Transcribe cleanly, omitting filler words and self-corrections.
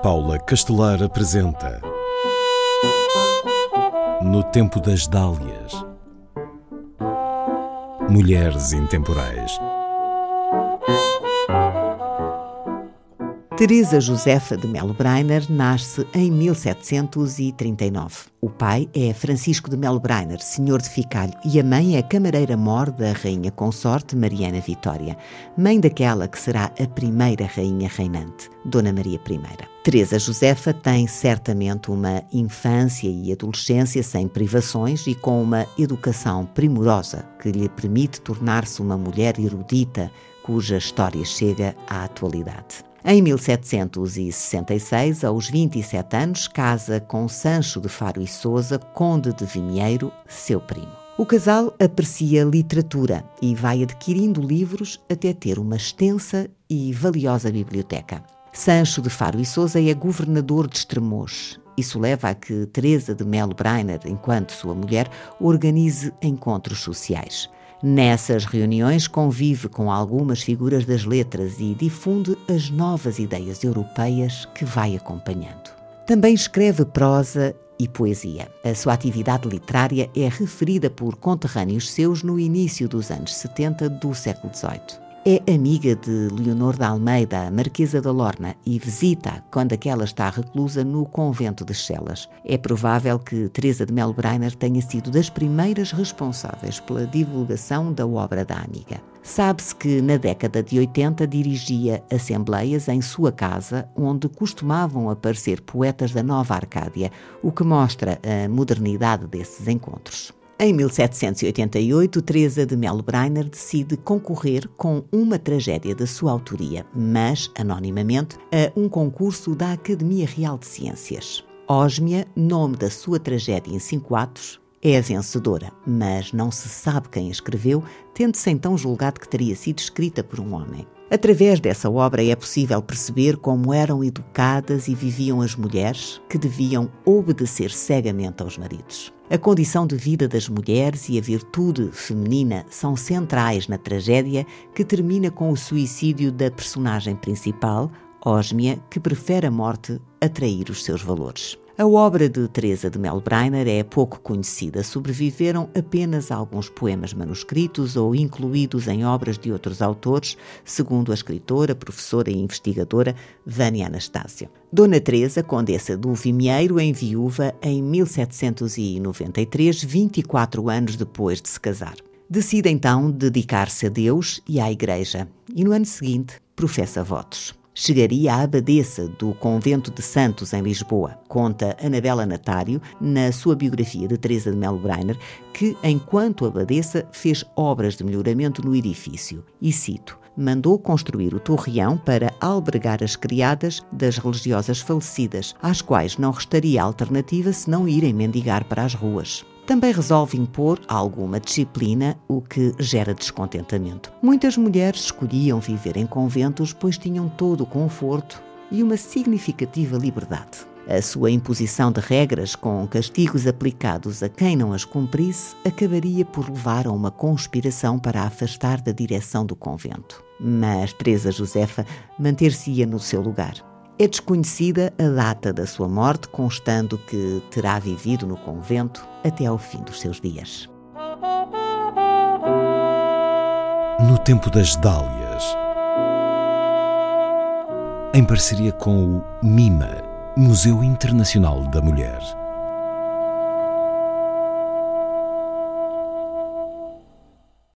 Paula Castelar apresenta No Tempo das Dálias, Mulheres Intemporais. Teresa Josefa de Melo Brainer nasce em 1739. O pai é Francisco de Melo Brainer, senhor de Ficalho, e a mãe é camareira-mor da rainha consorte Mariana Vitória, mãe daquela que será a primeira rainha reinante, Dona Maria I. Teresa Josefa tem certamente uma infância e adolescência sem privações e com uma educação primorosa que lhe permite tornar-se uma mulher erudita cuja história chega à atualidade. Em 1766, aos 27 anos, casa com Sancho de Faro e Sousa, conde de Vimieiro, seu primo. O casal aprecia literatura e vai adquirindo livros até ter uma extensa e valiosa biblioteca. Sancho de Faro e Sousa é governador de Estremoz. Isso leva a que Teresa de Melo Brainer, enquanto sua mulher, organize encontros sociais. Nessas reuniões convive com algumas figuras das letras e difunde as novas ideias europeias que vai acompanhando. Também escreve prosa e poesia. A sua atividade literária é referida por conterrâneos seus no início dos anos 70 do século XVIII. É amiga de Leonor de Almeida, a Marquesa da Lorna, e visita-a quando aquela está reclusa no convento de Chelas. É provável que Teresa de Melo Brainer tenha sido das primeiras responsáveis pela divulgação da obra da amiga. Sabe-se que na década de 80 dirigia assembleias em sua casa, onde costumavam aparecer poetas da Nova Arcádia, o que mostra a modernidade desses encontros. Em 1788, Teresa de Melo Brainer decide concorrer com uma tragédia da sua autoria, mas anonimamente, a um concurso da Academia Real de Ciências. Ósmia, nome da sua tragédia em 5 atos, é a vencedora, mas não se sabe quem a escreveu, tendo-se então julgado que teria sido escrita por um homem. Através dessa obra é possível perceber como eram educadas e viviam as mulheres que deviam obedecer cegamente aos maridos. A condição de vida das mulheres e a virtude feminina são centrais na tragédia, que termina com o suicídio da personagem principal, Ósmia, que prefere a morte a trair os seus valores. A obra de Teresa de Melo Brainer é pouco conhecida. Sobreviveram apenas alguns poemas manuscritos ou incluídos em obras de outros autores, segundo a escritora, professora e investigadora Vânia Anastácio. Dona Teresa, condessa do Vimieiro, enviúva em 1793, 24 anos depois de se casar. Decide então dedicar-se a Deus e à Igreja e no ano seguinte professa votos. Chegaria à abadesa do Convento de Santos, em Lisboa. Conta Anabela Natário, na sua biografia de Teresa de Melo Brainer, que, enquanto abadesa, fez obras de melhoramento no edifício. E cito, mandou construir o torreão para albergar as criadas das religiosas falecidas, às quais não restaria alternativa senão irem mendigar para as ruas. Também resolve impor alguma disciplina, o que gera descontentamento. Muitas mulheres escolhiam viver em conventos, pois tinham todo o conforto e uma significativa liberdade. A sua imposição de regras, com castigos aplicados a quem não as cumprisse, acabaria por levar a uma conspiração para a afastar da direção do convento. Mas Teresa Josefa manter-se-ia no seu lugar. É desconhecida a data da sua morte, constando que terá vivido no convento até ao fim dos seus dias. No Tempo das Dálias, em parceria com o MIMA, Museu Internacional da Mulher.